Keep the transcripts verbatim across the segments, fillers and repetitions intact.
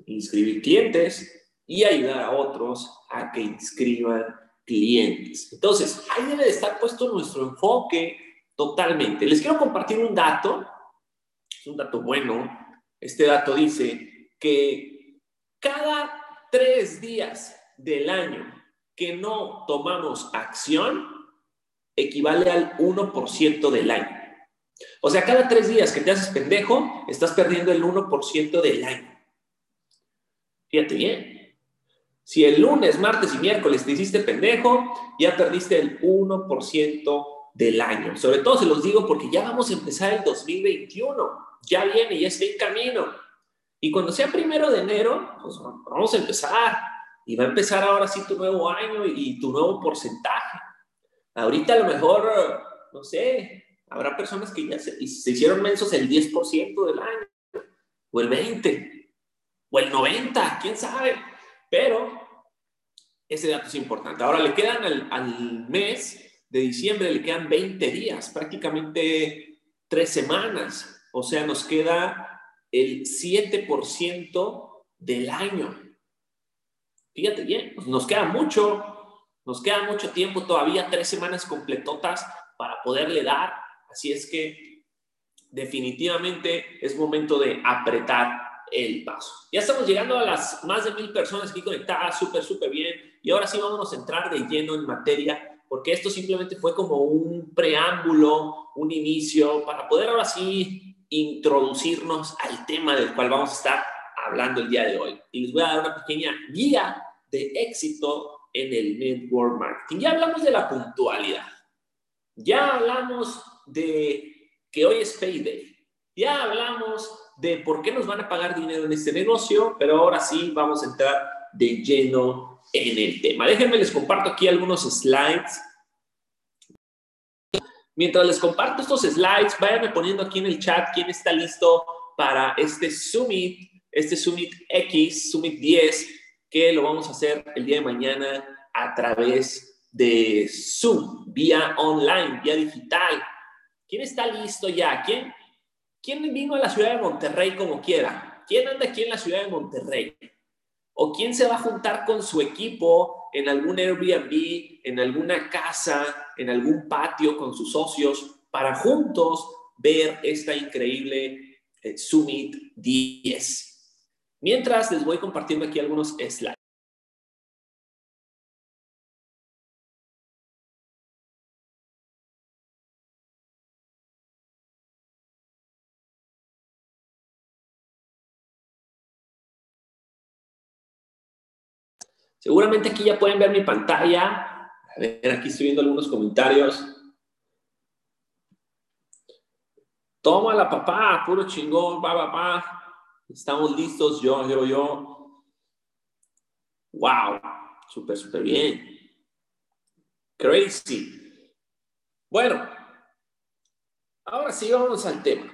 inscribir clientes y ayudar a otros a que inscriban clientes. Entonces, ahí debe de estar puesto nuestro enfoque totalmente. Les quiero compartir un dato, es un dato bueno. Este dato dice que cada tres días del año que no tomamos acción equivale al uno por ciento del año. O sea, cada tres días que te haces pendejo, estás perdiendo el uno por ciento del año. Fíjate bien. Si el lunes, martes y miércoles te hiciste pendejo, ya perdiste el uno por ciento del año. Sobre todo se los digo porque ya vamos a empezar el dos mil veintiuno. Ya viene, ya está en camino. Y cuando sea primero de enero, pues vamos a empezar. Y va a empezar ahora sí tu nuevo año y tu nuevo porcentaje. Ahorita a lo mejor, no sé, habrá personas que ya se, se hicieron mensos el diez por ciento del año, o el veinte por ciento, o el noventa por ciento, quién sabe. Pero ese dato es importante. Ahora le quedan al, al mes de diciembre, le quedan veinte días, prácticamente tres semanas. O sea, nos queda el siete por ciento del año. Fíjate bien, nos queda mucho. Nos queda mucho tiempo todavía, tres semanas completotas para poderle dar. Así es que definitivamente es momento de apretar el paso. Ya estamos llegando a las más de mil personas aquí conectadas, súper, súper bien. Y ahora sí vámonos a entrar de lleno en materia, porque esto simplemente fue como un preámbulo, un inicio, para poder ahora sí introducirnos al tema del cual vamos a estar hablando el día de hoy. Y les voy a dar una pequeña guía de éxito en el network marketing. Ya hablamos de la puntualidad. Ya hablamos de que hoy es payday. Ya hablamos de por qué nos van a pagar dinero en este negocio, pero ahora sí vamos a entrar de lleno en el tema. Déjenme les comparto aquí algunos slides. Mientras les comparto estos slides, váyanme poniendo aquí en el chat quién está listo para este Summit, este Summit X, Summit diez, que lo vamos a hacer el día de mañana a través de Zoom, vía online, vía digital. ¿Quién está listo ya? ¿Quién, quién vino a la ciudad de Monterrey como quiera? ¿Quién anda aquí en la ciudad de Monterrey? ¿O quién se va a juntar con su equipo en algún Airbnb, en alguna casa, en algún patio con sus socios para juntos ver esta increíble eh, Summit diez? Mientras les voy compartiendo aquí algunos slides. Seguramente aquí ya pueden ver mi pantalla. A ver, aquí estoy viendo algunos comentarios. Tómala, papá, puro chingón, va, papá. Estamos listos, yo, yo, yo. Wow, súper, súper bien. Crazy. Bueno, ahora sí vamos al tema.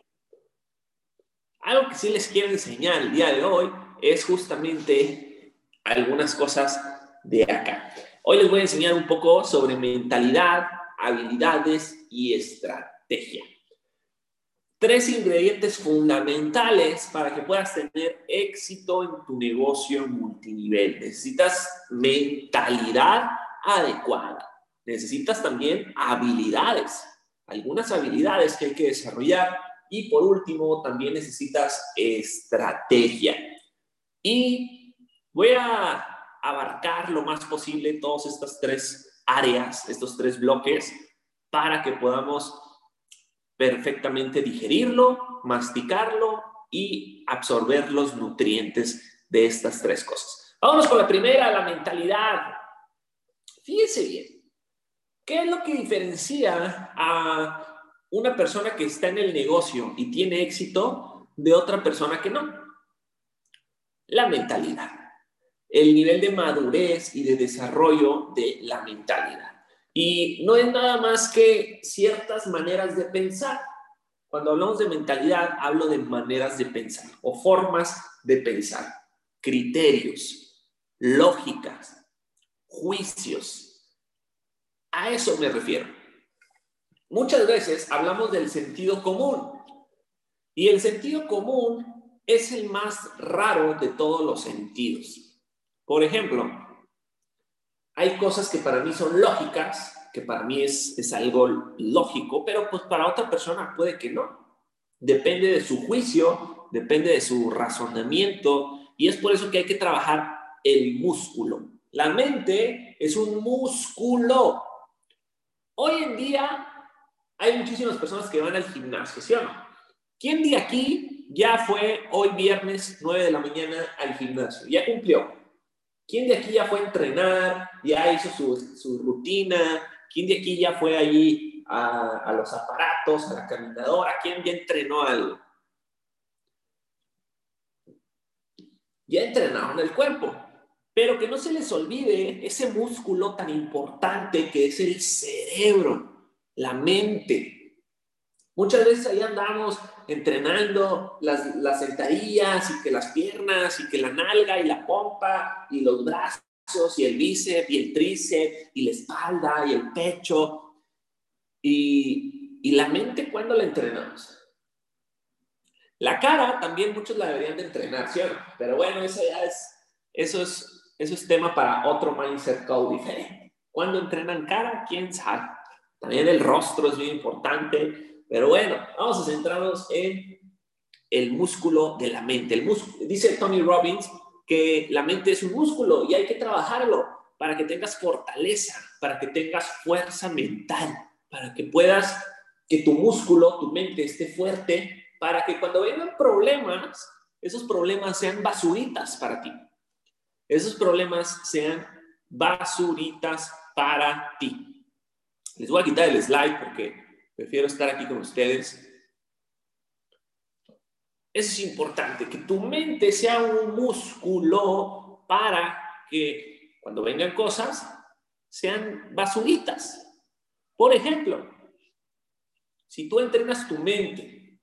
Algo que sí les quiero enseñar el día de hoy es justamente algunas cosas de acá. Hoy les voy a enseñar un poco sobre mentalidad, habilidades y estrategia. Tres ingredientes fundamentales para que puedas tener éxito en tu negocio multinivel. Necesitas mentalidad adecuada. Necesitas también habilidades. Algunas habilidades que hay que desarrollar. Y por último, también necesitas estrategia. Y voy a abarcar lo más posible todas estas tres áreas, estos tres bloques, para que podamos perfectamente digerirlo, masticarlo y absorber los nutrientes de estas tres cosas. Vámonos con la primera, la mentalidad. Fíjense bien, ¿qué es lo que diferencia a una persona que está en el negocio y tiene éxito de otra persona que no? La mentalidad, el nivel de madurez y de desarrollo de la mentalidad. Y no es nada más que ciertas maneras de pensar. Cuando hablamos de mentalidad, hablo de maneras de pensar o formas de pensar, criterios, lógicas, juicios. A eso me refiero. Muchas veces hablamos del sentido común. Y el sentido común es el más raro de todos los sentidos. Por ejemplo, hay cosas que para mí son lógicas, que para mí es, es algo lógico, pero pues para otra persona puede que no. Depende de su juicio, depende de su razonamiento, y es por eso que hay que trabajar el músculo. La mente es un músculo. Hoy en día hay muchísimas personas que van al gimnasio, ¿sí o no? ¿Quién de aquí ya fue hoy viernes nueve de la mañana al gimnasio? Ya cumplió. ¿Quién de aquí ya fue a entrenar? Ya hizo su, su rutina. ¿Quién de aquí ya fue ahí a, a los aparatos, a la caminadora? ¿Quién ya entrenó algo? Ya entrenaron el cuerpo. Pero que no se les olvide ese músculo tan importante que es el cerebro, la mente. Muchas veces ahí andamos entrenando las, las sentadillas y que las piernas y que la nalga y la pompa y los brazos y el bíceps y el tríceps y la espalda y el pecho. Y, y la mente, ¿cuándo la entrenamos? La cara también muchos la deberían de entrenar, ¿sí o no? Pero bueno, eso ya es, eso es, eso es tema para otro mindset call diferente. ¿Cuándo entrenan cara? ¿Quién sabe? También el rostro es bien importante. Pero bueno, vamos a centrarnos en el músculo de la mente. El músculo, dice Tony Robbins que la mente es un músculo y hay que trabajarlo para que tengas fortaleza, para que tengas fuerza mental, para que puedas, que tu músculo, tu mente esté fuerte, para que cuando vengan problemas, esos problemas sean basuritas para ti. Esos problemas sean basuritas para ti. Les voy a quitar el slide porque prefiero estar aquí con ustedes. Eso es importante, que tu mente sea un músculo para que cuando vengan cosas sean basuritas. Por ejemplo, si tú entrenas tu mente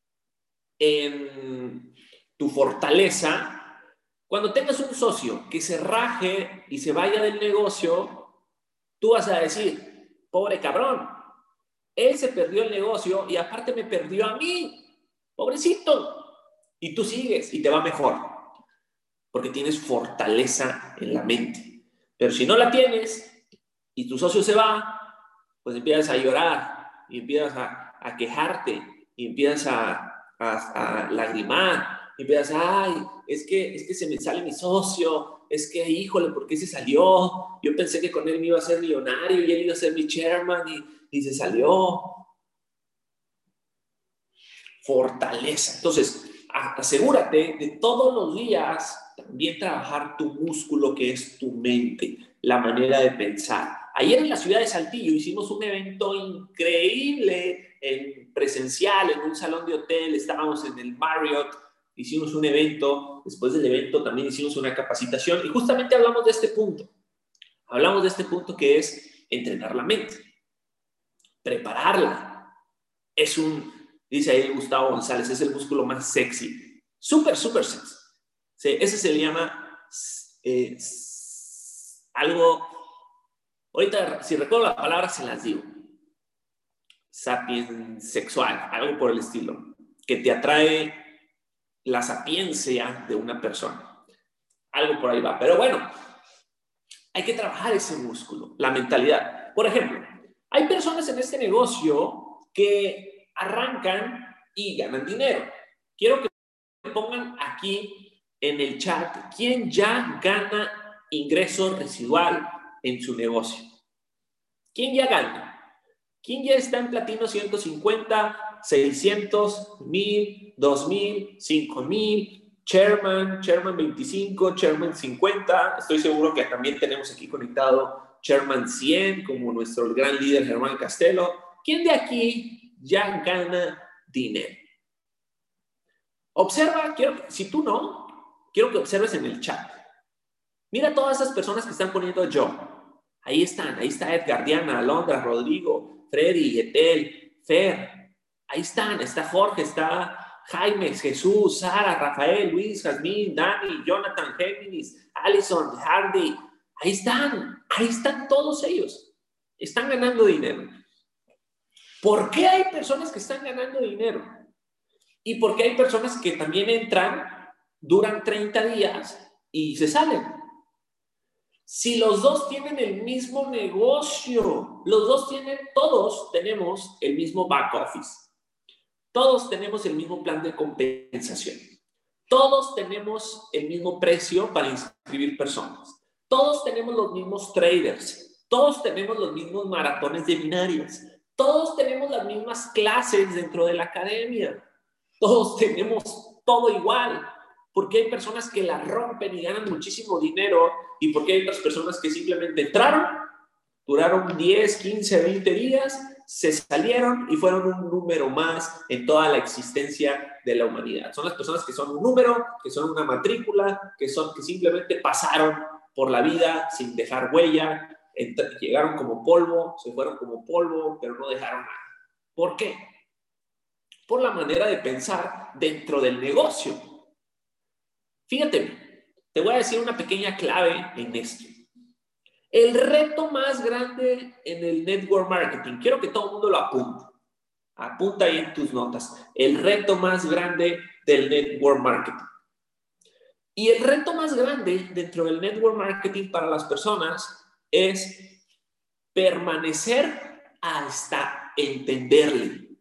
en tu fortaleza, cuando tengas un socio que se raje y se vaya del negocio, tú vas a decir, pobre cabrón, él se perdió el negocio y aparte me perdió a mí, pobrecito. Y tú sigues y te va mejor, porque tienes fortaleza en la mente. Pero si no la tienes y tu socio se va, pues empiezas a llorar y empiezas a, a quejarte y empiezas a, a, a lagrimar y empiezas a, ay, es que, es que se me sale mi socio, es que, híjole, ¿por qué se salió? Yo pensé que con él me iba a ser millonario y él iba a ser mi chairman y, y se salió. Fortaleza. Entonces, asegúrate de todos los días también trabajar tu músculo, que es tu mente, la manera de pensar. Ayer en la ciudad de Saltillo hicimos un evento increíble en presencial, en un salón de hotel, estábamos en el Marriott, hicimos un evento, después del evento también hicimos una capacitación y justamente hablamos de este punto. Hablamos de este punto que es entrenar la mente, prepararla. Es un, dice ahí Gustavo González, es el músculo más sexy. Súper, súper sexy. Sí, ese se le llama eh, algo, ahorita si recuerdo la palabra se las digo, sapiensexual, algo por el estilo, que te atrae la sapiencia de una persona. Algo por ahí va. Pero bueno, hay que trabajar ese músculo, la mentalidad. Por ejemplo, hay personas en este negocio que arrancan y ganan dinero. Quiero que pongan aquí en el chat quién ya gana ingreso residual en su negocio. ¿Quién ya gana? ¿Quién ya está en platino ciento cincuenta, seiscientos, mil, dos mil, cinco mil? Chairman, Chairman veinticinco, Chairman cincuenta. Estoy seguro que también tenemos aquí conectado Chairman cien, como nuestro gran líder Germán Castelo. ¿Quién de aquí ya gana dinero? Observa, quiero, si tú no, quiero que observes en el chat. Mira todas esas personas que están poniendo yo. Ahí están, ahí está Edgar, Diana, Alondra, Rodrigo, Freddy, Etel, Fer. Ahí están, está Jorge, está Jaime, Jesús, Sara, Rafael, Luis, Jazmín, Dani, Jonathan, Géminis, Allison, Hardy. Ahí están, ahí están todos ellos. Están ganando dinero. ¿Por qué hay personas que están ganando dinero? Y porque hay personas que también entran, duran treinta días y se salen. Si los dos tienen el mismo negocio, los dos tienen, todos tenemos el mismo back office, todos tenemos el mismo plan de compensación, todos tenemos el mismo precio para inscribir personas, todos tenemos los mismos traders, todos tenemos los mismos maratones de binarias, todos tenemos las mismas clases dentro de la academia, todos tenemos todo igual. Porque hay personas que la rompen y ganan muchísimo dinero y porque hay otras personas que simplemente entraron, duraron diez, quince, veinte días, se salieron y fueron un número más en toda la existencia de la humanidad. Son las personas que son un número, que son una matrícula, que, son, que simplemente pasaron por la vida sin dejar huella, llegaron como polvo, se fueron como polvo, pero no dejaron nada. ¿Por qué? Por la manera de pensar dentro del negocio. Fíjate, te voy a decir una pequeña clave en esto. El reto más grande en el network marketing, quiero que todo el mundo lo apunte. Apunta ahí en tus notas. El reto más grande del network marketing. Y el reto más grande dentro del network marketing para las personas es permanecer hasta entenderle.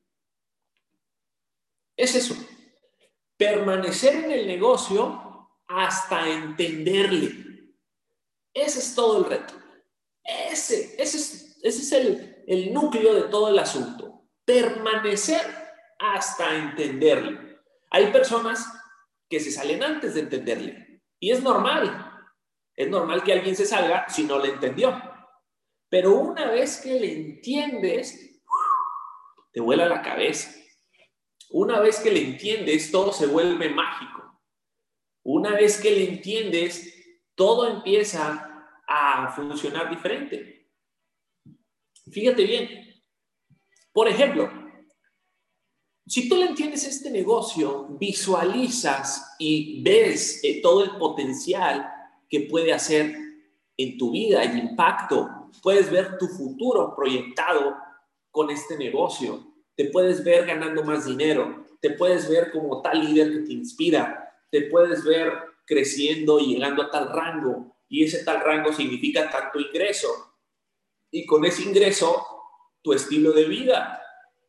Es eso. Permanecer en el negocio hasta entenderle. Ese es todo el reto. Ese, ese es, ese es el, el núcleo de todo el asunto. Permanecer hasta entenderle. Hay personas que se salen antes de entenderle. Y es normal. Es normal que alguien se salga si no le entendió. Pero una vez que le entiendes, te vuela la cabeza. Una vez que le entiendes, todo se vuelve mágico. Una vez que le entiendes, todo empieza a funcionar diferente. Fíjate bien. Por ejemplo, si tú le entiendes este negocio, visualizas y ves eh, todo el potencial que puede hacer en tu vida, el impacto. Puedes ver tu futuro proyectado con este negocio. Te puedes ver ganando más dinero. Te puedes ver como tal líder que te inspira. Te puedes ver creciendo y llegando a tal rango, y ese tal rango significa tanto ingreso, y con ese ingreso, tu estilo de vida.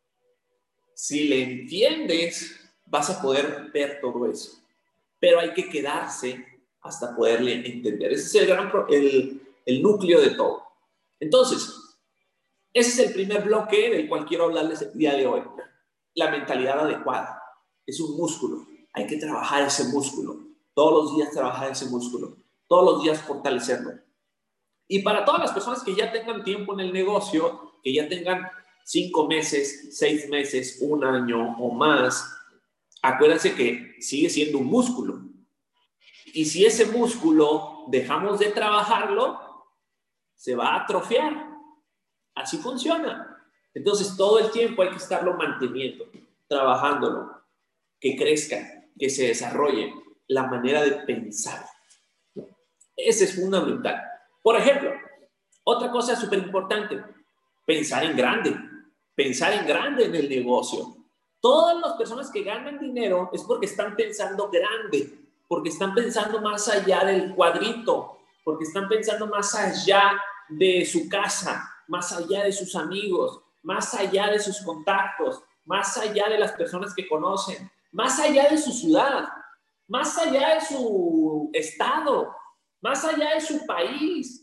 Si le entiendes, vas a poder ver todo eso, pero hay que quedarse hasta poderle entender. Ese es el, gran, el, el núcleo de todo. Entonces, ese es el primer bloque del cual quiero hablarles el día de hoy. La mentalidad adecuada. Es un músculo. Hay que trabajar ese músculo. Todos los días trabajar ese músculo. Todos los días fortalecerlo. Y para todas las personas que ya tengan tiempo en el negocio, que ya tengan cinco meses, seis meses, un año o más, acuérdense que sigue siendo un músculo. Y si ese músculo dejamos de trabajarlo, se va a atrofiar. Así funciona. Entonces, todo el tiempo hay que estarlo manteniendo, trabajándolo, que crezca, que se desarrolle la manera de pensar. Ese es fundamental. Por ejemplo, otra cosa súper importante, pensar en grande, pensar en grande en el negocio. Todas las personas que ganan dinero es porque están pensando grande, porque están pensando más allá del cuadrito, porque están pensando más allá de su casa, más allá de sus amigos, más allá de sus contactos, más allá de las personas que conocen, más allá de su ciudad, más allá de su estado, más allá de su país.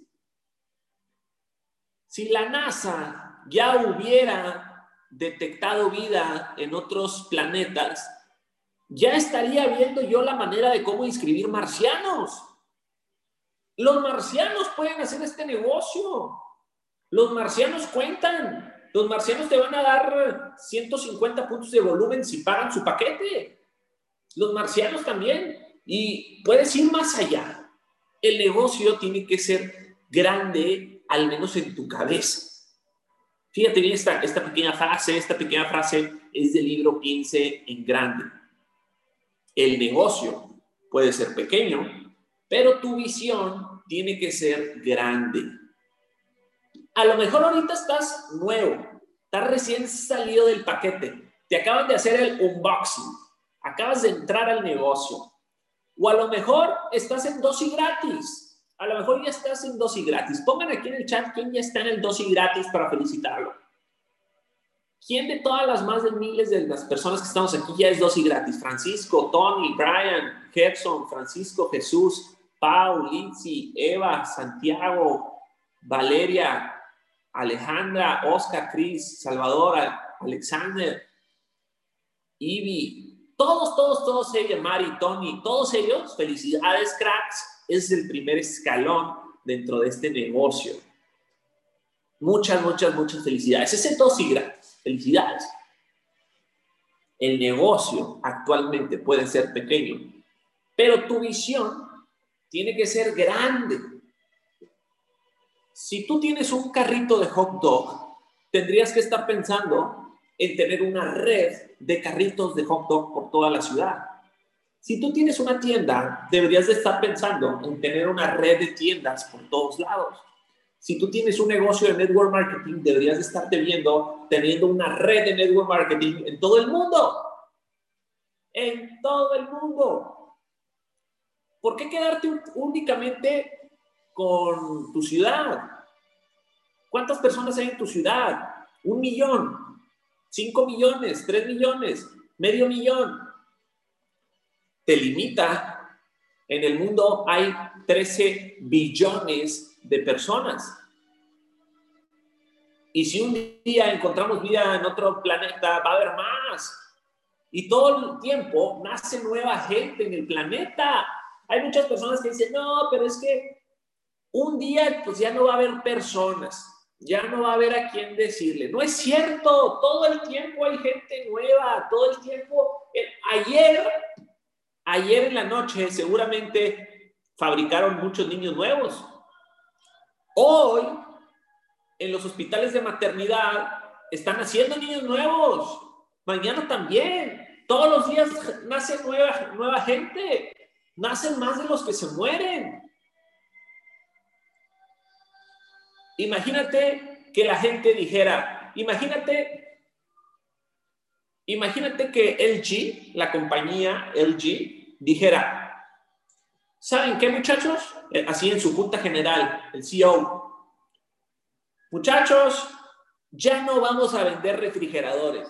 Si la NASA ya hubiera detectado vida en otros planetas, ya estaría viendo yo la manera de cómo inscribir marcianos. Los marcianos pueden hacer este negocio. Los marcianos cuentan. Los marcianos te van a dar ciento cincuenta puntos de volumen si pagan su paquete. Los marcianos también. Y puedes ir más allá. El negocio tiene que ser grande, al menos en tu cabeza. Fíjate bien esta, esta pequeña frase. Esta pequeña frase es del libro Piense en Grande. El negocio puede ser pequeño, pero tu visión tiene que ser grande. A lo mejor ahorita estás nuevo, estás recién salido del paquete, te acaban de hacer el unboxing, acabas de entrar al negocio. O a lo mejor estás en dosis gratis. A lo mejor ya estás en dosis gratis. Pongan aquí en el chat quién ya está en el dosis gratis para felicitarlo. ¿Quién de todas las más de miles de las personas que estamos aquí ya es dosis gratis? Francisco, Tony, Brian, Gerson, Francisco, Jesús, Pau, Lindsay, Eva, Santiago, Valeria, Alejandra, Oscar, Cris, Salvador, Alexander, Ivy, todos, todos, todos ellos, Mari, Tony, todos ellos, felicidades, cracks. Es el primer escalón dentro de este negocio. Muchas, muchas, muchas felicidades. Ese es dosis gratis. Felicidades. El negocio actualmente puede ser pequeño, pero tu visión tiene que ser grande. Si tú tienes un carrito de hot dog, tendrías que estar pensando en tener una red de carritos de hot dog por toda la ciudad. Si tú tienes una tienda, deberías de estar pensando en tener una red de tiendas por todos lados. Si tú tienes un negocio de network marketing, deberías de estarte viendo teniendo una red de network marketing en todo el mundo. En todo el mundo. ¿Por qué quedarte únicamente con tu ciudad? ¿Cuántas personas hay en tu ciudad? Un millón, cinco millones, tres millones, medio millón. Te limita. En el mundo hay trece billones de personas. Y si un día encontramos vida en otro planeta, va a haber más. Y todo el tiempo nace nueva gente en el planeta. Hay muchas personas que dicen, no, pero es que un día pues ya no va a haber personas. Ya no va a haber a quién decirle. No es cierto. Todo el tiempo hay gente nueva. Todo el tiempo. Eh, ayer, ayer en la noche seguramente fabricaron muchos niños nuevos. Hoy, en los hospitales de maternidad, están haciendo niños nuevos. Mañana también. Todos los días nace nueva, nueva gente. Nacen más de los que se mueren. Imagínate que la gente dijera, imagínate, imagínate que L G, la compañía L G, dijera, ¿saben qué, muchachos? Así en su junta general, el C E O, muchachos, ya no vamos a vender refrigeradores.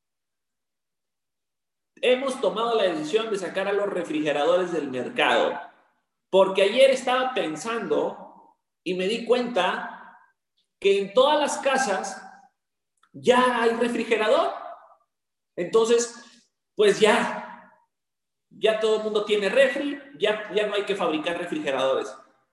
Hemos tomado la decisión de sacar a los refrigeradores del mercado, porque ayer estaba pensando y me di cuenta que en todas las casas ya hay refrigerador. Entonces, pues ya, ya todo el mundo tiene refri, ya, ya no hay que fabricar refrigeradores.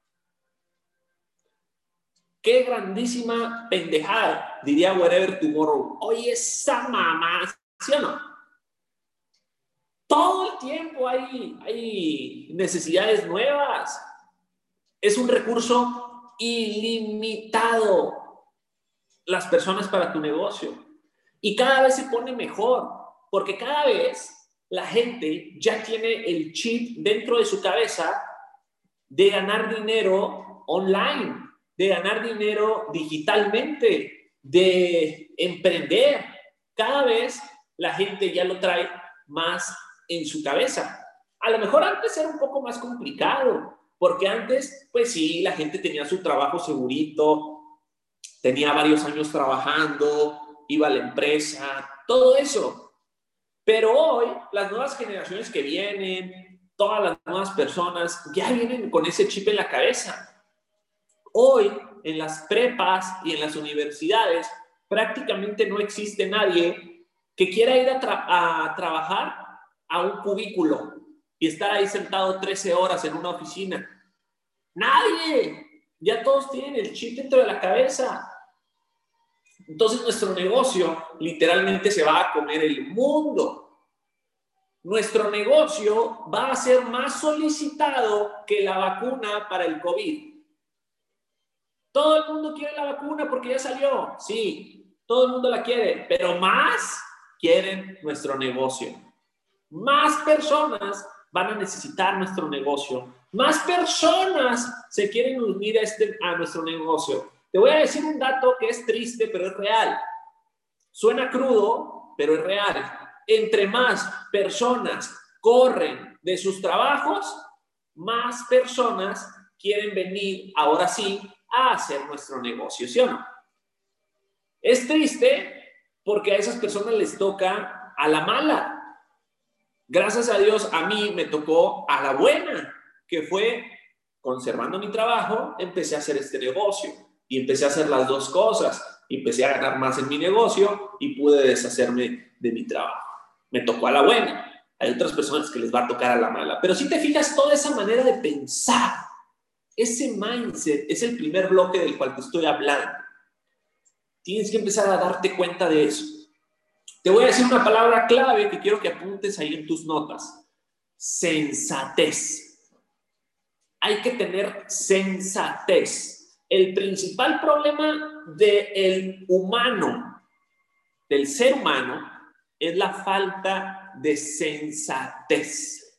Qué grandísima pendejada, diría Wherever Tomorrow. Oye, esa mamá, ¿sí o no? Todo el tiempo hay, hay necesidades nuevas. Es un recurso ilimitado las personas para tu negocio, y cada vez se pone mejor, porque cada vez la gente ya tiene el chip dentro de su cabeza de ganar dinero online, de ganar dinero digitalmente, de emprender. Cada vez la gente ya lo trae más en su cabeza. A lo mejor antes era un poco más complicado, porque antes, pues sí, la gente tenía su trabajo segurito, tenía varios años trabajando, iba a la empresa, todo eso. Pero hoy, las nuevas generaciones que vienen, todas las nuevas personas, ya vienen con ese chip en la cabeza. Hoy, en las prepas y en las universidades, prácticamente no existe nadie que quiera ir a, tra- a trabajar a un cubículo y estar ahí sentado trece horas en una oficina. ¡Nadie! Ya todos tienen el chip dentro de la cabeza. Entonces nuestro negocio literalmente se va a comer el mundo. Nuestro negocio va a ser más solicitado que la vacuna para el COVID. Todo el mundo quiere la vacuna porque ya salió. Sí, todo el mundo la quiere, pero más quieren nuestro negocio. Más personas van a necesitar nuestro negocio. Más personas se quieren unir a, este, a nuestro negocio. Te voy a decir un dato que es triste, pero es real. Suena crudo, pero es real. Entre más personas corren de sus trabajos, más personas quieren venir, ahora sí, a hacer nuestro negocio, ¿sí o no? Es triste porque a esas personas les toca a la mala. Gracias a Dios, a mí me tocó a la buena, que fue conservando mi trabajo, empecé a hacer este negocio y empecé a hacer las dos cosas. Empecé a ganar más en mi negocio y pude deshacerme de mi trabajo. Me tocó a la buena. Hay otras personas que les va a tocar a la mala. Pero si te fijas, toda esa manera de pensar, ese mindset es el primer bloque del cual te estoy hablando. Tienes que empezar a darte cuenta de eso. Te voy a decir una palabra clave que quiero que apuntes ahí en tus notas. Sensatez. Hay que tener sensatez. El principal problema del humano, del ser humano, es la falta de sensatez.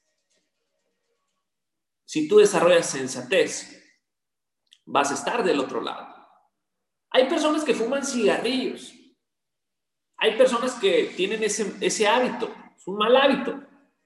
Si tú desarrollas sensatez, vas a estar del otro lado. Hay personas que fuman cigarrillos. Hay personas que tienen ese, ese hábito. Es un mal hábito.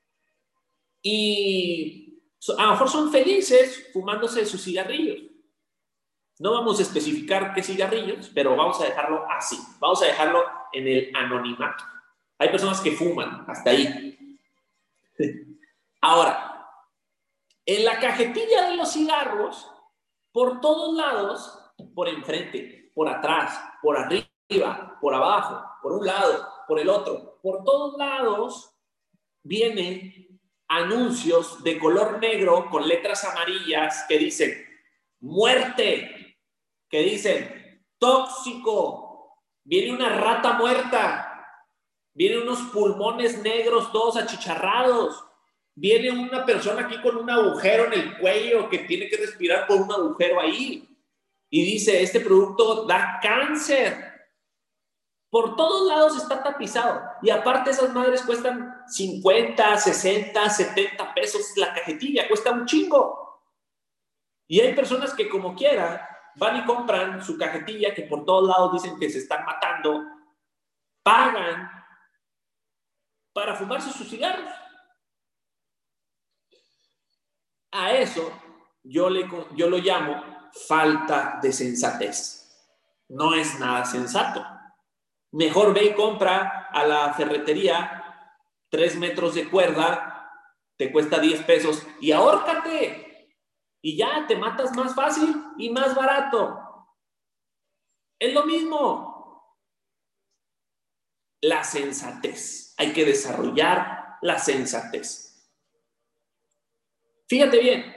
Y a lo mejor son felices fumándose sus cigarrillos. No vamos a especificar qué cigarrillos, pero vamos a dejarlo así. Vamos a dejarlo en el anonimato. Hay personas que fuman, hasta ahí. Ahora, en la cajetilla de los cigarros, por todos lados, por enfrente, por atrás, por arriba, por abajo, por un lado, por el otro, por todos lados, vienen anuncios de color negro con letras amarillas que dicen muerte, que dicen tóxico, viene una rata muerta, vienen unos pulmones negros todos achicharrados, viene una persona aquí con un agujero en el cuello que tiene que respirar por un agujero ahí y dice este producto da cáncer. Por todos lados está tapizado. Y aparte esas madres cuestan cincuenta, sesenta, setenta pesos la cajetilla. Cuesta un chingo. Y hay personas que como quiera van y compran su cajetilla que por todos lados dicen que se están matando. Pagan para fumarse sus cigarros. A eso yo, le, yo lo llamo falta de sensatez. No es nada sensato. Mejor ve y compra a la ferretería tres metros de cuerda, te cuesta diez pesos y ahórcate. Y ya te matas más fácil y más barato. Es lo mismo. La sensatez. Hay que desarrollar la sensatez. Fíjate bien.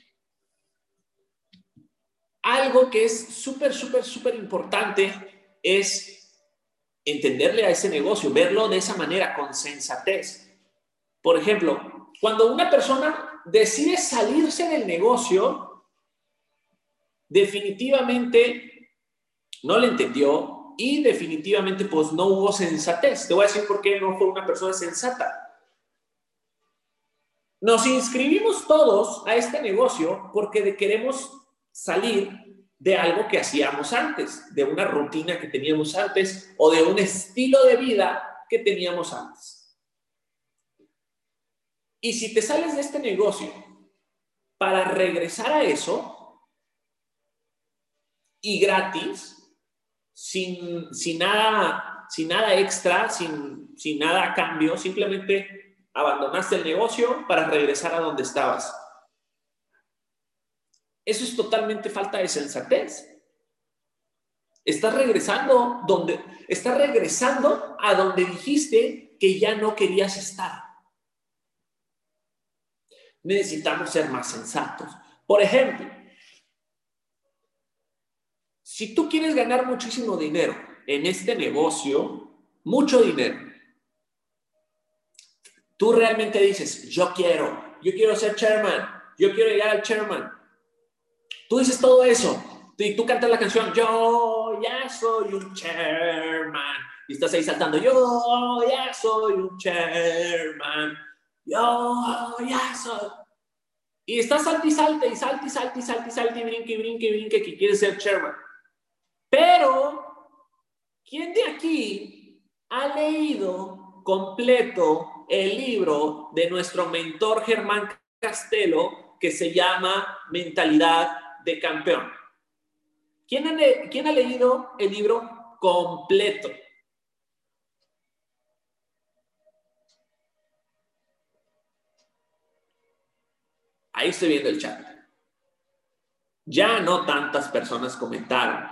Algo que es súper, súper, súper importante es entenderle a ese negocio, verlo de esa manera, con sensatez. Por ejemplo, cuando una persona decide salirse del negocio, definitivamente no le entendió y definitivamente pues no hubo sensatez. Te voy a decir por qué no fue una persona sensata. Nos inscribimos todos a este negocio porque queremos salir de algo que hacíamos antes, de una rutina que teníamos antes o de un estilo de vida que teníamos antes. Y si te sales de este negocio para regresar a eso y gratis, sin, sin, nada, sin nada extra, sin, sin nada a cambio, simplemente abandonaste el negocio para regresar a donde estabas. Eso es totalmente falta de sensatez. Estás regresando, donde, estás regresando a donde dijiste que ya no querías estar. Necesitamos ser más sensatos. Por ejemplo, si tú quieres ganar muchísimo dinero en este negocio, mucho dinero, tú realmente dices, yo quiero, yo quiero ser chairman, yo quiero llegar al chairman. Tú dices todo eso y tú cantas la canción, yo ya soy un chairman. Y estás ahí saltando, yo ya soy un chairman, yo ya soy. Y estás salta y salta y salta y salta y salta y salta y brinque y brinque y brinque que quieres ser chairman. Pero, ¿quién de aquí ha leído completo el libro de nuestro mentor Germán Castelo que se llama Mentalidad de Campeón. ¿Quién ha, le- ¿Quién ha leído el libro completo? Ahí estoy viendo el chat. Ya no tantas personas comentaron.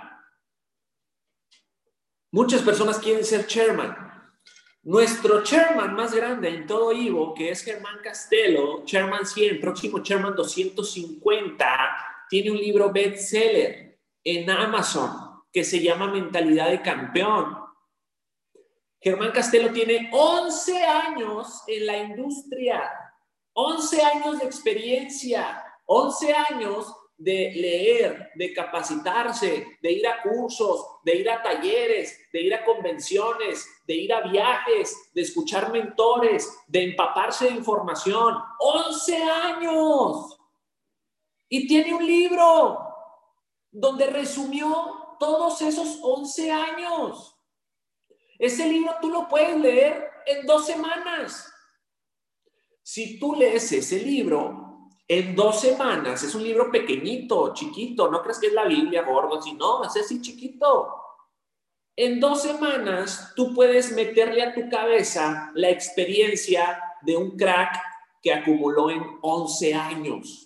Muchas personas quieren ser chairman. Nuestro chairman más grande en todo Ivo, que es Germán Castelo, chairman cien, próximo chairman doscientos cincuenta, tiene un libro bestseller en Amazon que se llama Mentalidad de Campeón. Germán Castelo tiene once años en la industria, once años de experiencia, once años de leer, de capacitarse, de ir a cursos, de ir a talleres, de ir a convenciones, de ir a viajes, de escuchar mentores, de empaparse de información. once años. Y tiene un libro donde resumió todos esos once años. Ese libro tú lo puedes leer en dos semanas. Si tú lees ese libro en dos semanas, es un libro pequeñito, chiquito, no crees que es la Biblia gordo, así, no, es así chiquito. En dos semanas tú puedes meterle a tu cabeza la experiencia de un crack que acumuló en once años.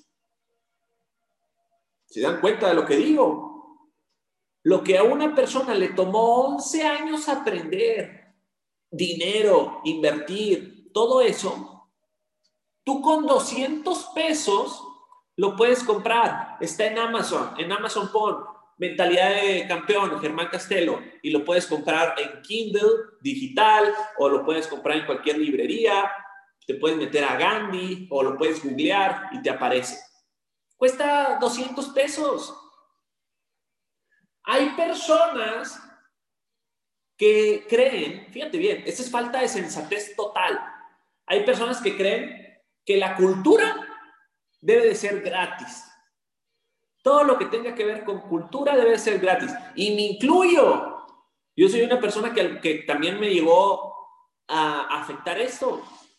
¿Se dan cuenta de lo que digo? Lo que a una persona le tomó once años aprender, dinero, invertir, todo eso, tú con doscientos pesos lo puedes comprar. Está en Amazon. En Amazon pon Mentalidad de Campeón, Germán Castelo, y lo puedes comprar en Kindle digital o lo puedes comprar en cualquier librería. Te puedes meter a Gandhi o lo puedes googlear y te aparece. Cuesta doscientos pesos. Hay personas que creen, fíjate bien, esta es falta de sensatez total. Hay personas que creen que la cultura debe de ser gratis. Todo lo que tenga que ver con cultura debe de ser gratis. Y me incluyo. Yo soy una persona que, que también me llegó a afectar esto.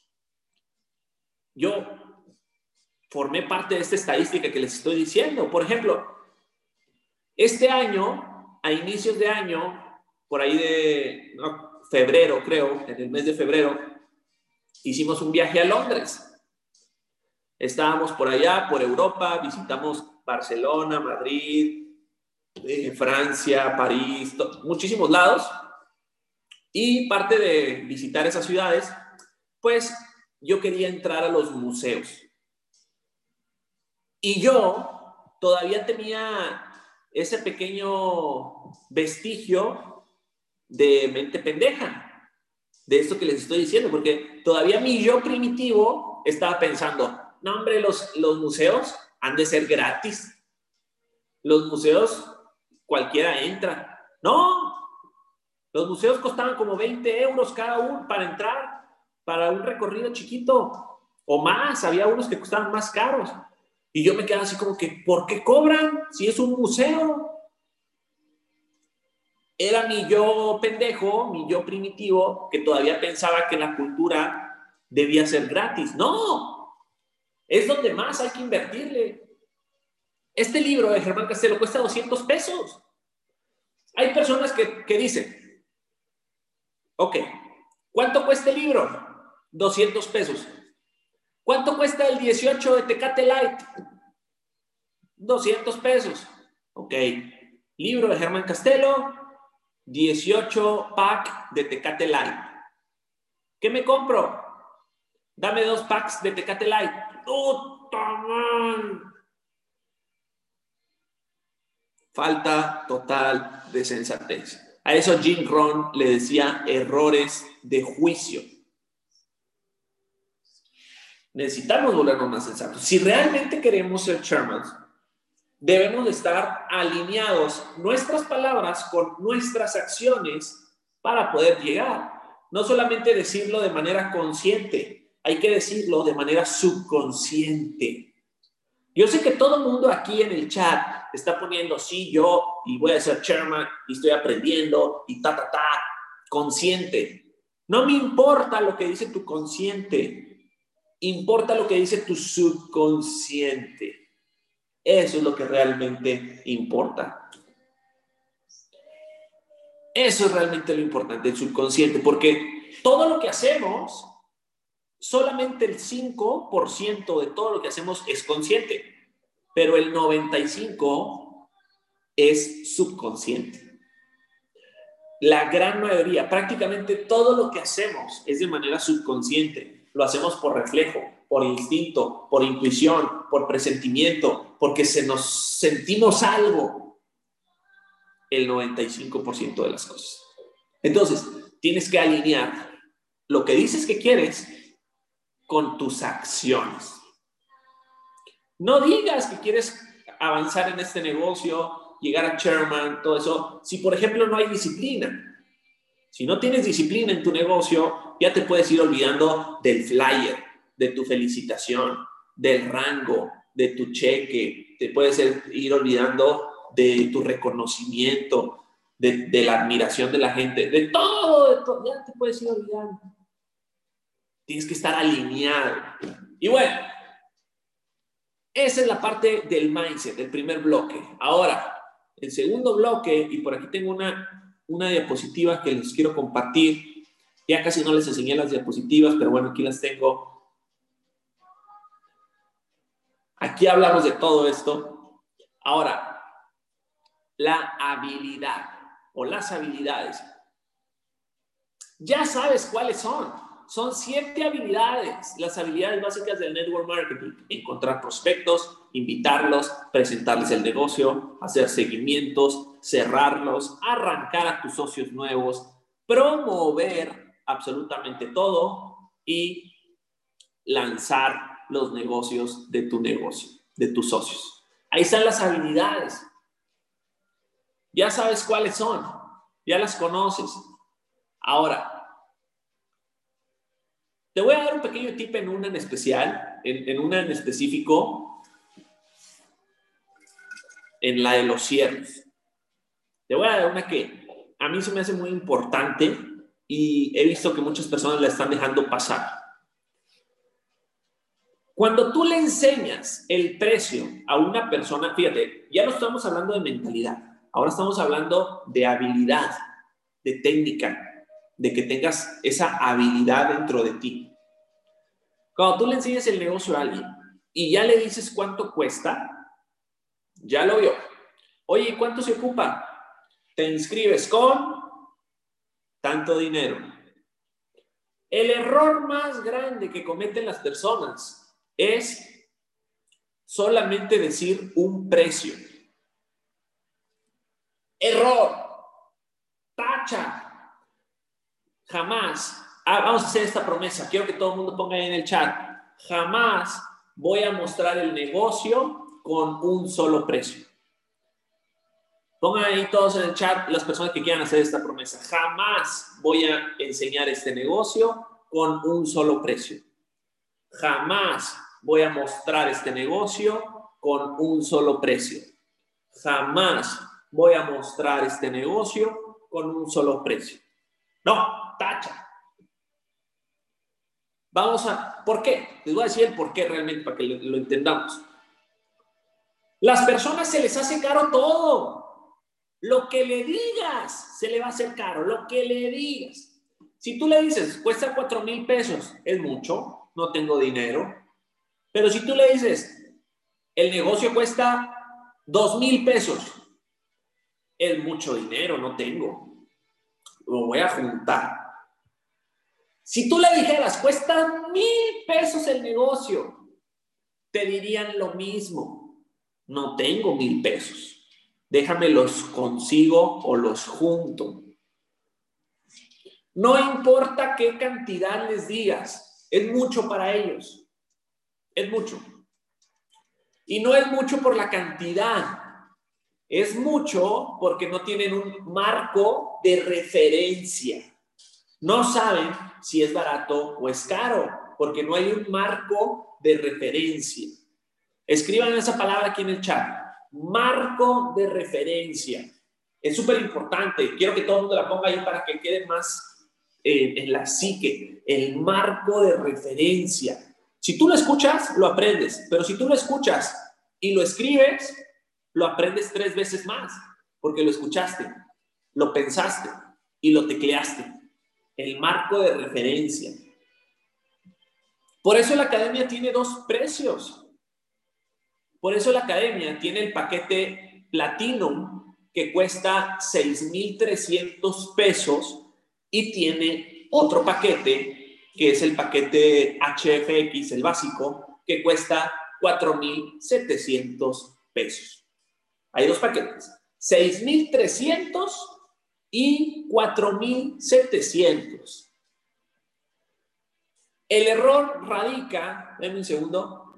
Yo formé parte de esta estadística que les estoy diciendo. Por ejemplo, este año, a inicios de año, por ahí de no, febrero, creo, en el mes de febrero, hicimos un viaje a Londres. Estábamos por allá, por Europa, visitamos Barcelona, Madrid, eh, Francia, París, muchísimos lados. Y parte de visitar esas ciudades, pues yo quería entrar a los museos. Y yo todavía tenía ese pequeño vestigio de mente pendeja, de esto que les estoy diciendo, porque todavía mi yo primitivo estaba pensando, no hombre, los, los museos han de ser gratis. Los museos cualquiera entra. No, los museos costaban como veinte euros cada uno para entrar, para un recorrido chiquito, o más, había unos que costaban más caros. Y yo me quedaba así como que, ¿por qué cobran si es un museo? Era mi yo pendejo, mi yo primitivo, que todavía pensaba que la cultura debía ser gratis. No, es donde más hay que invertirle. Este libro de Germán Castelo cuesta doscientos pesos. Hay personas que, que dicen, ok, ¿cuánto cuesta el libro? doscientos pesos. ¿Cuánto cuesta el dieciocho de Tecate Light? doscientos pesos. Ok, libro de Germán Castelo, dieciocho pack de Tecate Light. ¿Qué me compro? Dame dos packs de Tecate Light. ¡Puta madre! Falta total de sensatez. A eso Jim Rohn le decía errores de juicio. Necesitamos volvernos más sensatos. Si realmente queremos ser chairman, debemos de estar alineados nuestras palabras con nuestras acciones para poder llegar. No solamente decirlo de manera consciente, hay que decirlo de manera subconsciente. Yo sé que todo el mundo aquí en el chat está poniendo, sí, yo, y voy a ser chairman, y estoy aprendiendo, y ta, ta, ta, consciente. No me importa lo que dice tu consciente, importa lo que dice tu subconsciente. Eso es lo que realmente importa. Eso es realmente lo importante, el subconsciente, porque todo lo que hacemos, solamente el cinco por ciento de todo lo que hacemos es consciente, pero el noventa y cinco por ciento es subconsciente. La gran mayoría, prácticamente todo lo que hacemos es de manera subconsciente. Lo hacemos por reflejo, por instinto, por intuición, por presentimiento, porque se nos sentimos algo. El noventa y cinco por ciento de las cosas. Entonces, tienes que alinear lo que dices que quieres con tus acciones. No digas que quieres avanzar en este negocio, llegar a chairman, todo eso, si por ejemplo no hay disciplina. Si no tienes disciplina en tu negocio, ya te puedes ir olvidando del flyer, de tu felicitación, del rango, de tu cheque, te puedes ir olvidando de tu reconocimiento, de, de la admiración de la gente, de todo, de todo, ya te puedes ir olvidando. Tienes que estar alineado. Y bueno, esa es la parte del mindset, del primer bloque. Ahora, el segundo bloque, y por aquí tengo una, una diapositiva que les quiero compartir. Ya casi no les enseñé las diapositivas, pero bueno, aquí las tengo. Aquí hablamos de todo esto. Ahora, la habilidad o las habilidades. Ya sabes cuáles son. Son siete habilidades, las habilidades básicas del network marketing. Encontrar prospectos, invitarlos, presentarles el negocio, hacer seguimientos, cerrarlos, arrancar a tus socios nuevos, promover absolutamente todo y lanzar los negocios de tu negocio, de tus socios. Ahí están las habilidades. Ya sabes cuáles son, ya las conoces. Ahora, te voy a dar un pequeño tip en una en especial, en, en una en específico, en la de los cierres. Te voy a dar una que a mí se me hace muy importante y he visto que muchas personas la están dejando pasar. Cuando tú le enseñas el precio a una persona, fíjate, ya no estamos hablando de mentalidad, ahora estamos hablando de habilidad, de técnica, de que tengas esa habilidad dentro de ti. Cuando tú le enseñas el negocio a alguien y ya le dices cuánto cuesta, ya lo vio. Oye, ¿cuánto se ocupa? Te inscribes con tanto dinero. El error más grande que cometen las personas es solamente decir un precio. Error. Tacha. Jamás. Ah, vamos a hacer esta promesa. Quiero que todo el mundo ponga ahí en el chat. Jamás voy a mostrar el negocio con un solo precio. Pongan ahí todos en el chat las personas que quieran hacer esta promesa. Jamás voy a enseñar este negocio con un solo precio. Jamás voy a mostrar este negocio con un solo precio. Jamás voy a mostrar este negocio con un solo precio. No, tacha. Vamos a... ¿Por qué? Les voy a decir el por qué realmente para que lo, lo entendamos. Las personas se les hace caro todo. Lo que le digas se le va a hacer caro. Lo que le digas. Si tú le dices, cuesta cuatro mil pesos, es mucho, no tengo dinero. Pero si tú le dices, el negocio cuesta dos mil pesos, es mucho dinero, no tengo. Lo voy a juntar. Si tú le dijeras, cuesta mil pesos el negocio, te dirían lo mismo. No tengo mil pesos. Déjame los consigo o los junto. No importa qué cantidad les digas, es mucho para ellos. Es mucho. Y no es mucho por la cantidad. Es mucho porque no tienen un marco de referencia. No saben si es barato o es caro, porque no hay un marco de referencia. Escriban esa palabra aquí en el chat. Marco de referencia. Es súper importante. Quiero que todo el mundo la ponga ahí para que quede más en, en la psique, el marco de referencia. Si tú lo escuchas, lo aprendes, pero si tú lo escuchas y lo escribes, lo aprendes tres veces más, porque lo escuchaste, lo pensaste y lo tecleaste. El marco de referencia. Por eso la academia tiene dos precios. Por eso la academia tiene el paquete Platinum, que cuesta seis mil trescientos pesos, y tiene otro paquete, que es el paquete H F X, el básico, que cuesta cuatro mil setecientos pesos. Hay dos paquetes, seis mil trescientos y cuatro mil setecientos. El error radica, denme un segundo.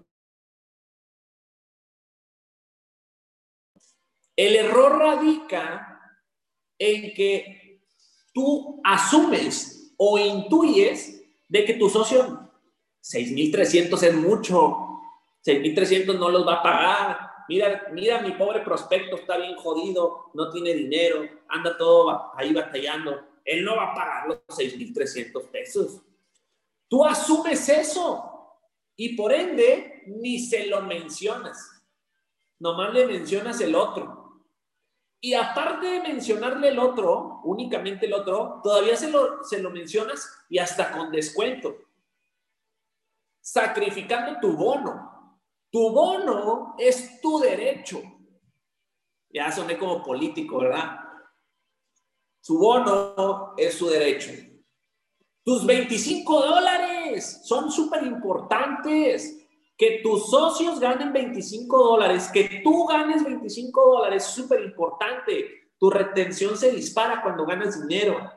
El error radica en que tú asumes o intuyes de que tu socio, seis mil trescientos es mucho, seis mil trescientos no los va a pagar. Mira, mira, mi pobre prospecto está bien jodido, no tiene dinero, anda todo ahí batallando. Él no va a pagar los seis mil trescientos pesos. Tú asumes eso y por ende ni se lo mencionas. Nomás le mencionas el otro. Y aparte de mencionarle el otro, únicamente el otro, todavía se lo, se lo mencionas y hasta con descuento. Sacrificando tu bono. Tu bono es tu derecho. Ya soné como político, ¿verdad? Su bono es su derecho. Tus veinticinco dólares son súper importantes. Que tus socios ganen veinticinco dólares, que tú ganes veinticinco dólares es súper importante. Tu retención se dispara cuando ganas dinero.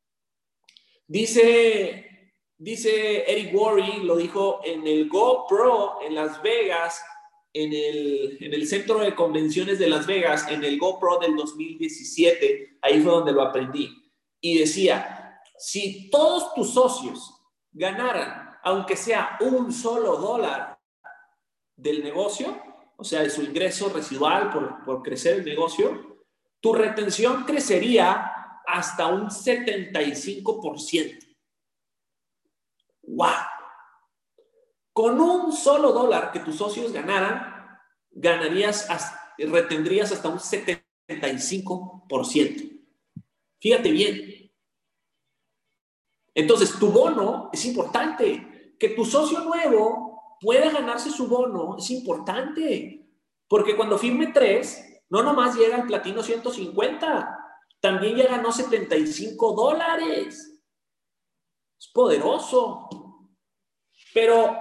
Dice, dice Eric Worre, lo dijo en el GoPro en Las Vegas, en el, en el centro de convenciones de Las Vegas, en el GoPro del dos mil diecisiete, ahí fue donde lo aprendí. Y decía, si todos tus socios ganaran, aunque sea un solo dólar del negocio, o sea, de su ingreso residual por, por crecer el negocio, tu retención crecería hasta un setenta y cinco por ciento. ¡Wow! Con un solo dólar que tus socios ganaran, ganarías, retendrías hasta un setenta y cinco por ciento. Fíjate bien. Entonces, tu bono es importante. Que tu socio nuevo pueda ganarse su bono es importante. Porque cuando firme tres, no nomás llega al platino ciento cincuenta, también ya ganó setenta y cinco dólares. Es poderoso. Pero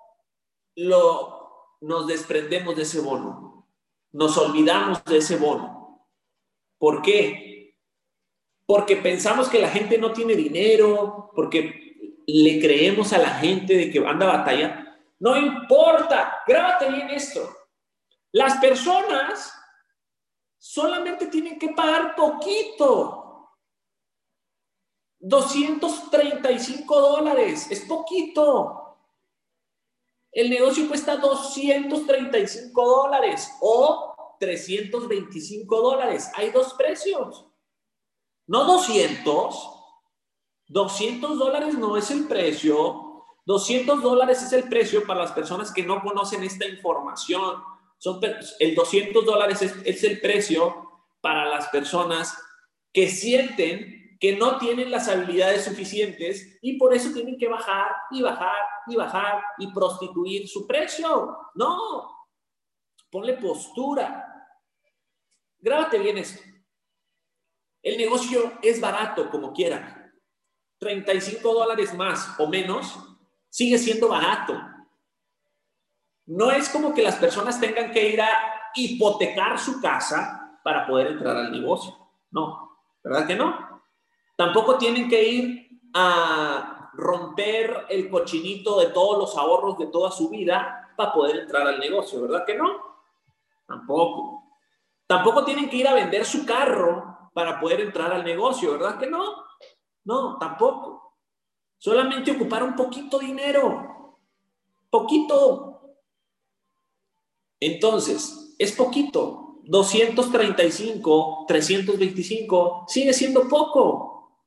lo, nos desprendemos de ese bono. Nos olvidamos de ese bono. ¿Por qué? Porque pensamos que la gente no tiene dinero, porque le creemos a la gente de que anda a batalla. No importa, grábate bien esto. Las personas solamente tienen que pagar poquito. doscientos treinta y cinco dólares, es poquito. El negocio cuesta doscientos treinta y cinco dólares o trescientos veinticinco dólares. Hay dos precios. No doscientos. doscientos dólares no es el precio. doscientos dólares es el precio para las personas que no conocen esta información. Son, el doscientos dólares es, es el precio para las personas que sienten que no tienen las habilidades suficientes y por eso tienen que bajar y bajar y bajar y prostituir su precio. No, ponle postura. Grábate bien esto. El negocio es barato como quiera. treinta y cinco dólares más o menos sigue siendo barato. No es como que las personas tengan que ir a hipotecar su casa para poder entrar al negocio. No, ¿verdad que no? Tampoco tienen que ir a romper el cochinito de todos los ahorros de toda su vida para poder entrar al negocio, ¿verdad que no? Tampoco. Tampoco tienen que ir a vender su carro para poder entrar al negocio, ¿verdad que no? No, tampoco. Solamente ocupar un poquito de dinero. Poquito. Entonces, es poquito. doscientos treinta y cinco, trescientos veinticinco, sigue siendo poco.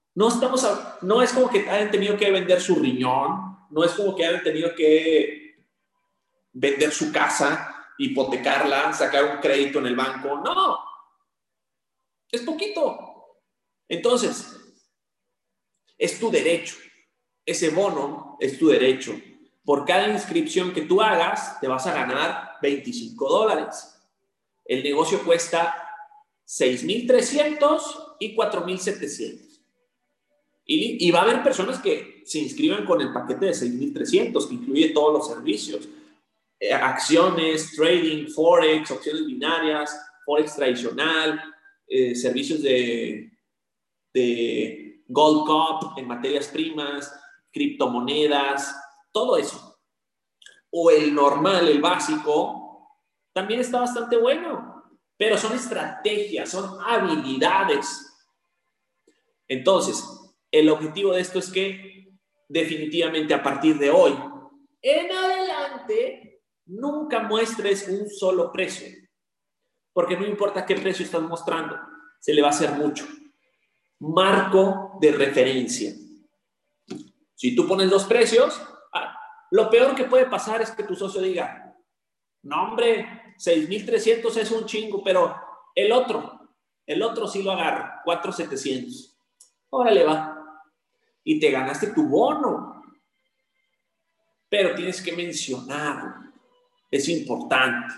No, estamos a, no es como que hayan tenido que vender su riñón, no es como que hayan tenido que vender su casa, hipotecarla, sacar un crédito en el banco. No, es poquito. Entonces, es tu derecho. Ese bono es tu derecho. Por cada inscripción que tú hagas, te vas a ganar veinticinco dólares. El negocio cuesta seis mil trescientos y cuatro mil setecientos. Y, y va a haber personas que se inscriban con el paquete de seis mil trescientos, que incluye todos los servicios. Eh, acciones, trading, forex, opciones binarias, forex tradicional, eh, servicios de, de Gold Cup en materias primas, criptomonedas, todo eso. O el normal, el básico, también está bastante bueno, pero son estrategias, son habilidades. Entonces, el objetivo de esto es que definitivamente a partir de hoy en adelante nunca muestres un solo precio, porque no importa qué precio estás mostrando, se le va a hacer mucho. Marco de referencia. Si tú pones dos precios, ah, lo peor que puede pasar es que tu socio diga, no hombre, seis mil trescientos es un chingo, pero el otro, el otro sí lo agarro, cuatro mil setecientos. Órale va. Y te ganaste tu bono. Pero tienes que mencionarlo. Es importante.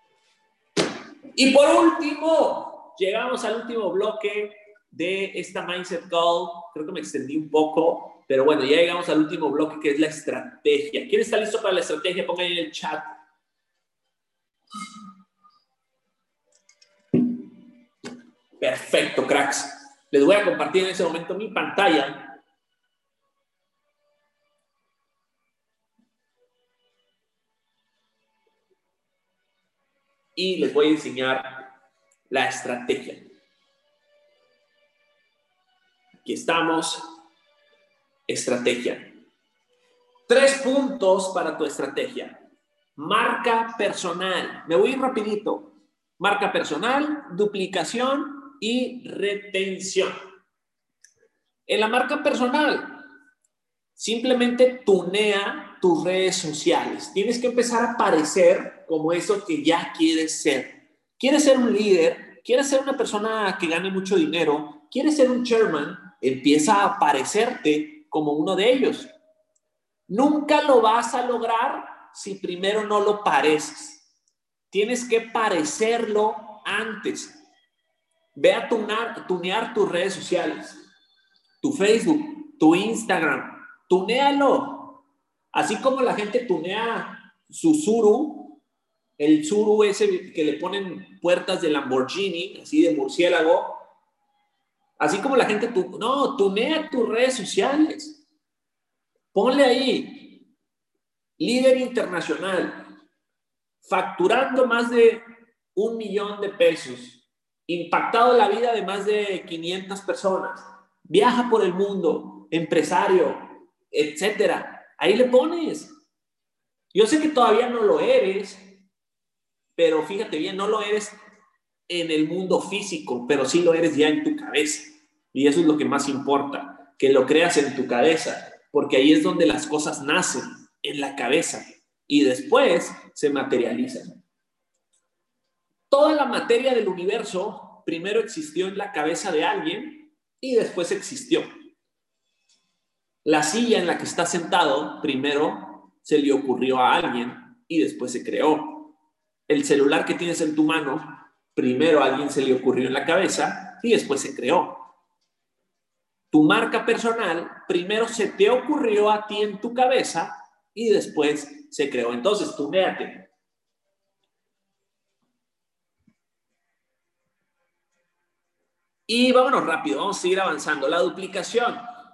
Y por último, llegamos al último bloque de esta Mindset Call. Creo que me extendí un poco, pero bueno, ya llegamos al último bloque que es la estrategia. ¿Quién está listo para la estrategia? Pongan ahí en el chat. Perfecto, cracks. Les voy a compartir en ese momento mi pantalla. Y les voy a enseñar la estrategia. Aquí estamos. Estrategia. Tres puntos para tu estrategia. Marca personal. Me voy a ir rapidito. Marca personal, duplicación y retención. En la marca personal, simplemente tunea tus redes sociales. Tienes que empezar a parecer como eso que ya quieres ser. ¿Quieres ser un líder? ¿Quieres ser una persona que gane mucho dinero? ¿Quieres ser un chairman? Empieza a parecerte como uno de ellos. Nunca lo vas a lograr si primero no lo pareces. Tienes que parecerlo antes. Ve a tunear, tunear tus redes sociales, tu Facebook, tu Instagram. Tunéalo. Así como la gente tunea su Tsuru, el Tsuru ese que le ponen puertas de Lamborghini, así de murciélago. Así como la gente, tu, no, tunea tus redes sociales. Ponle ahí, líder internacional, facturando más de un millón de pesos, impactado la vida de más de quinientas personas, viaja por el mundo, empresario, etcétera. Ahí le pones. Yo sé que todavía no lo eres, pero fíjate bien, no lo eres en el mundo físico, pero sí lo eres ya en tu cabeza. Y eso es lo que más importa, que lo creas en tu cabeza. Porque ahí es donde las cosas nacen, en la cabeza, y después se materializan. Toda la materia del universo primero existió en la cabeza de alguien y después existió. La silla en la que estás sentado primero se le ocurrió a alguien y después se creó. El celular que tienes en tu mano, primero a alguien se le ocurrió en la cabeza y después se creó. Tu marca personal primero se te ocurrió a ti en tu cabeza y después se creó. Entonces, tú véate. Y vámonos rápido, vamos a seguir avanzando. La duplicación.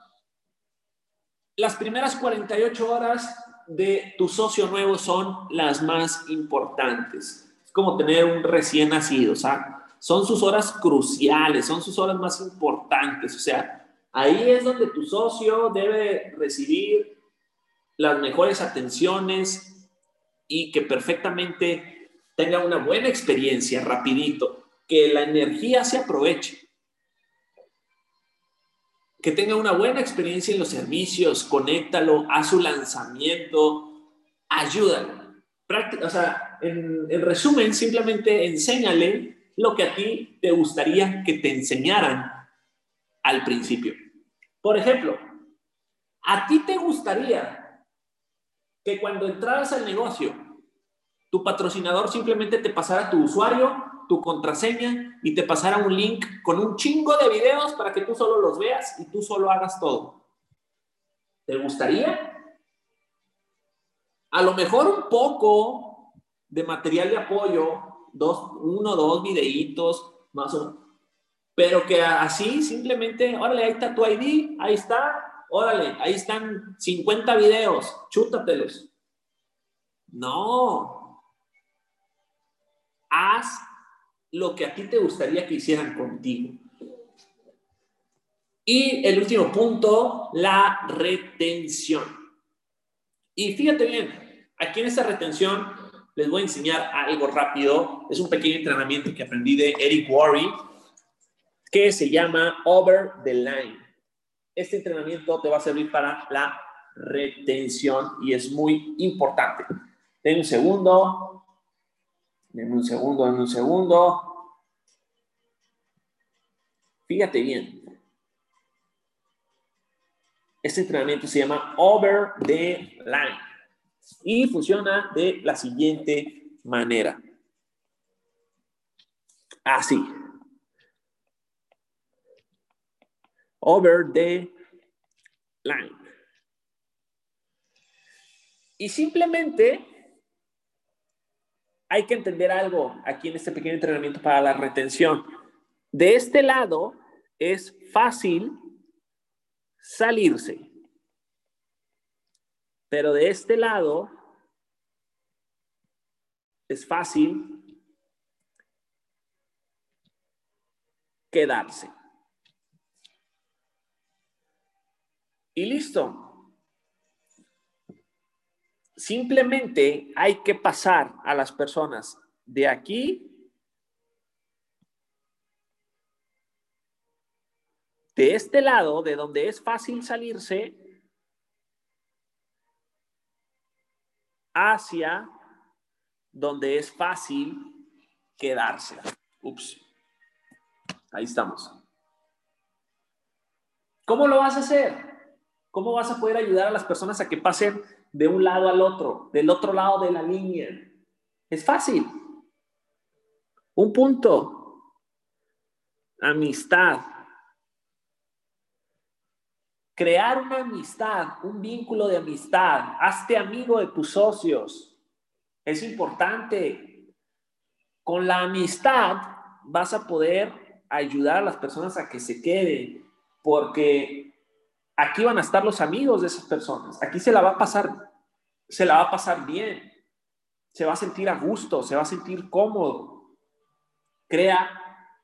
Las primeras cuarenta y ocho horas de tu socio nuevo son las más importantes. Es como tener un recién nacido, o sea, son sus horas cruciales, son sus horas más importantes. O sea, ahí es donde tu socio debe recibir las mejores atenciones y que perfectamente tenga una buena experiencia, rapidito, que la energía se aproveche. que tenga una buena experiencia en los servicios, conéctalo, haz su lanzamiento, ayúdalo. Práctica, o sea, en, en resumen, simplemente enséñale lo que a ti te gustaría que te enseñaran al principio. Por ejemplo, ¿a ti te gustaría que cuando entraras al negocio, tu patrocinador simplemente te pasara tu usuario, tu contraseña y te pasara un link con un chingo de videos para que tú solo los veas y tú solo hagas todo? ¿Te gustaría? A lo mejor un poco de material de apoyo, dos, uno o dos videitos, más o menos, pero que así simplemente, órale, ahí está tu I D, ahí está, órale, ahí están cincuenta videos, chútatelos. No, haz lo que a ti te gustaría que hicieran contigo. Y el último punto, la retención. Y fíjate bien, aquí en esta retención les voy a enseñar algo rápido. Es un pequeño entrenamiento que aprendí de Eric Worre, que se llama Over the Line. Este entrenamiento te va a servir para la retención y es muy importante. Denme un segundo. Denme un segundo, denme un segundo. Fíjate bien. Este entrenamiento se llama Over the Line y funciona de la siguiente manera. Así. Over the Line. Y simplemente hay que entender algo aquí en este pequeño entrenamiento para la retención. De este lado es fácil salirse, pero de este lado es fácil quedarse. Y listo. Simplemente hay que pasar a las personas de aquí, de este lado, de donde es fácil salirse, hacia donde es fácil quedarse. Ups. Ahí estamos. ¿Cómo lo vas a hacer? ¿Cómo vas a poder ayudar a las personas a que pasen de un lado al otro, del otro lado de la línea? Es fácil. Un punto. Amistad. Crear una amistad, un vínculo de amistad. Hazte amigo de tus socios. Es importante. Con la amistad vas a poder ayudar a las personas a que se queden, porque aquí van a estar los amigos de esas personas. Aquí se la va a pasar, se la va a pasar bien. Se va a sentir a gusto, se va a sentir cómodo. Crea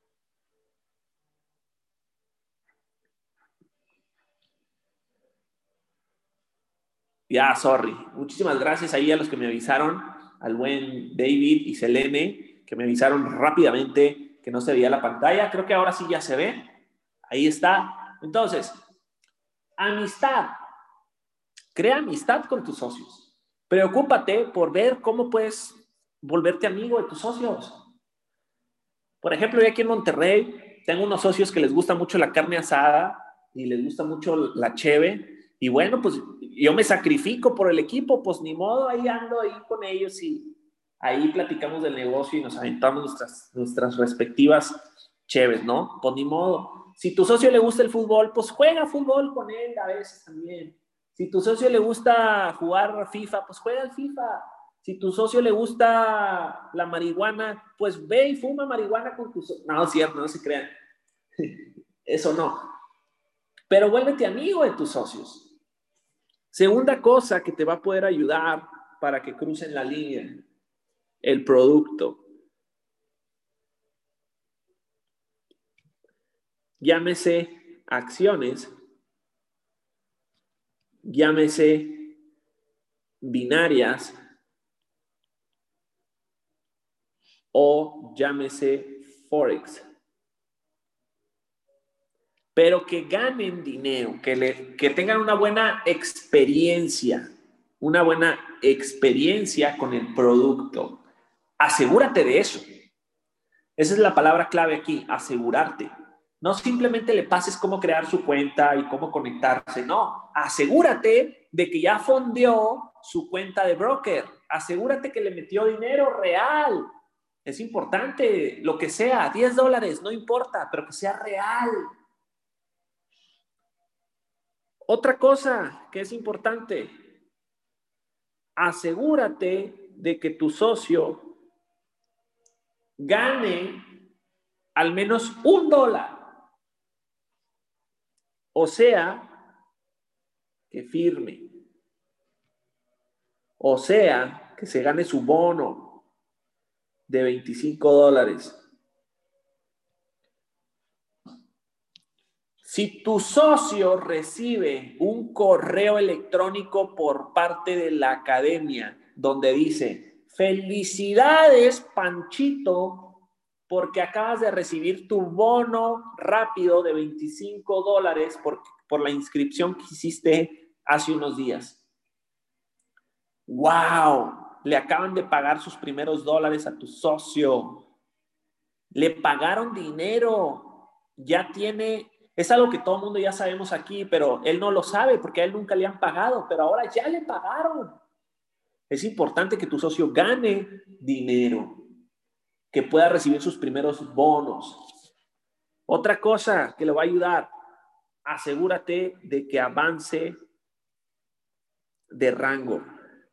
Ya, sorry. Muchísimas gracias ahí a los que me avisaron, al buen David y Selene, que me avisaron rápidamente que no se veía la pantalla. Creo que ahora sí ya se ve. Ahí está. Entonces, amistad. Crea amistad con tus socios. Preocúpate por ver cómo puedes volverte amigo de tus socios. Por ejemplo, yo aquí en Monterrey tengo unos socios que les gusta mucho la carne asada y les gusta mucho la cheve. Y bueno, pues yo me sacrifico por el equipo, pues ni modo, ahí ando ahí con ellos y ahí platicamos del negocio y nos aventamos nuestras, nuestras respectivas cheves, ¿no? Pues ni modo. Si tu socio le gusta el fútbol, pues juega fútbol con él a veces también. Si tu socio le gusta jugar FIFA, pues juega al FIFA. Si tu socio le gusta la marihuana, pues ve y fuma marihuana con tu socio. No, es cierto, no se crean. Eso no. Pero vuélvete amigo de tus socios. Segunda cosa que te va a poder ayudar para que crucen la línea, el producto. Llámese acciones, llámese binarias o llámese Forex. pero que ganen dinero, que, le, que tengan una buena experiencia, una buena experiencia con el producto. Asegúrate de eso. Esa es la palabra clave aquí, asegurarte. No simplemente le pases cómo crear su cuenta y cómo conectarse, no. Asegúrate de que ya fondeó su cuenta de broker. Asegúrate que le metió dinero real. Es importante, lo que sea, diez dólares, no importa, pero que sea real. Otra cosa que es importante, asegúrate de que tu socio gane al menos un dólar. O sea, que firme. O sea, que se gane su bono de veinticinco dólares. Si tu socio recibe un correo electrónico por parte de la academia donde dice, felicidades, Panchito, porque acabas de recibir tu bono rápido de veinticinco dólares por, por la inscripción que hiciste hace unos días. ¡Wow! Le acaban de pagar sus primeros dólares a tu socio. Le pagaron dinero. Ya tiene... Es algo que todo el mundo ya sabemos aquí, pero él no lo sabe porque a él nunca le han pagado, pero ahora ya le pagaron. Es importante que tu socio gane dinero, que pueda recibir sus primeros bonos. Otra cosa que le va a ayudar, asegúrate de que avance de rango.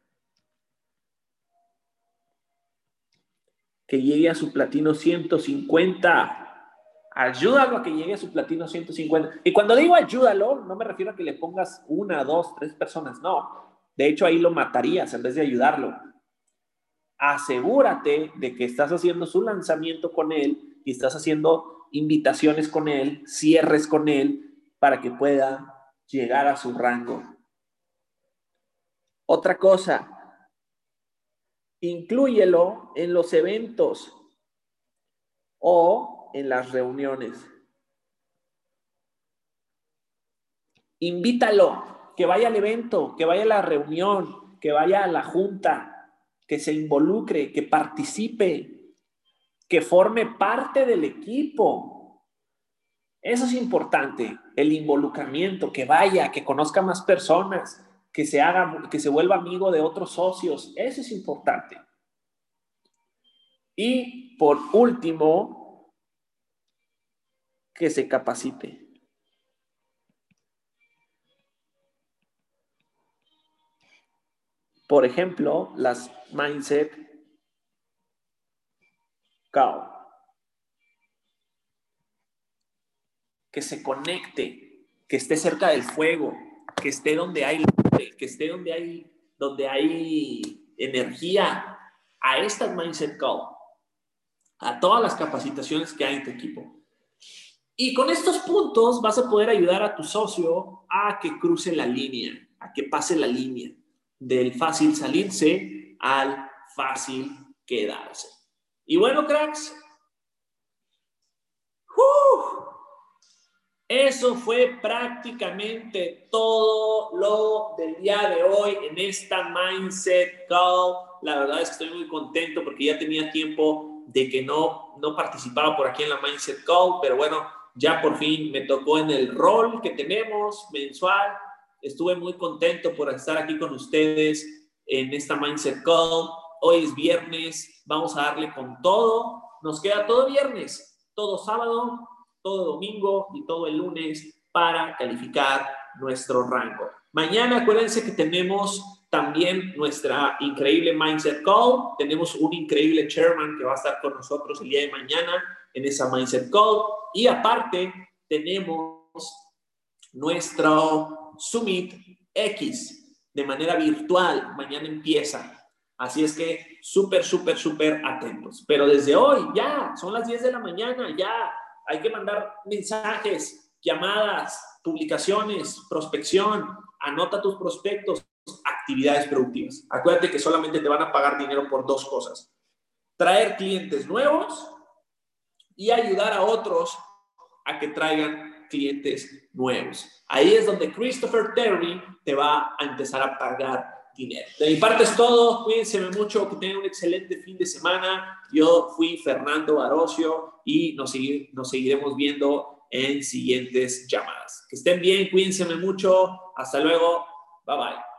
Que llegue a su platino ciento cincuenta. Ayúdalo a que llegue a su platino ciento cincuenta. Y cuando digo ayúdalo, no me refiero a que le pongas una, dos, tres personas. No. De hecho, ahí lo matarías en vez de ayudarlo. Asegúrate de que estás haciendo su lanzamiento con él y estás haciendo invitaciones con él, cierres con él, para que pueda llegar a su rango. Otra cosa, inclúyelo en los eventos o en las reuniones. Invítalo, que vaya al evento, que vaya a la reunión, que vaya a la junta, que se involucre, que participe, que forme parte del equipo. Eso es importante, el involucramiento, que vaya, que conozca más personas, que se haga, que se vuelva amigo de otros socios. Eso es importante. Y por último, que se capacite. Por ejemplo, las Mindset Call. Que se conecte, que esté cerca del fuego, que esté donde hay luz, que esté donde hay, donde hay energía, a estas Mindset Call, a todas las capacitaciones que hay en tu equipo. Y con estos puntos vas a poder ayudar a tu socio a que cruce la línea, a que pase la línea del fácil salirse al fácil quedarse. Y bueno, cracks, ¡uh! Eso fue prácticamente todo lo del día de hoy en esta Mindset Call. La verdad es que estoy muy contento porque ya tenía tiempo de que no, no participaba por aquí en la Mindset Call, pero bueno, ya por fin me tocó en el rol que tenemos mensual. Estuve muy contento por estar aquí con ustedes en esta Mindset Call. Hoy es viernes, vamos a darle con todo. Nos queda todo viernes, todo sábado, todo domingo y todo el lunes para calificar nuestro rango. Mañana acuérdense que tenemos también nuestra increíble Mindset Call. Tenemos un increíble chairman que va a estar con nosotros el día de mañana en esa Mindset Call. Y aparte tenemos nuestro Summit X de manera virtual. Mañana empieza. Así es que súper, súper, súper atentos. Pero desde hoy ya, son las diez de la mañana, ya hay que mandar mensajes, llamadas, publicaciones, prospección. Anota tus prospectos, actividades productivas. Acuérdate que solamente te van a pagar dinero por dos cosas. Traer clientes nuevos y ayudar a otros a que traigan clientes nuevos. Ahí es donde Christopher Terry te va a empezar a pagar dinero. De mi parte es todo. Cuídense mucho, que tengan un excelente fin de semana. Yo fui Fernando Barocio y nos, segui- nos seguiremos viendo en siguientes llamadas. Que estén bien, cuídense mucho. Hasta luego. Bye bye.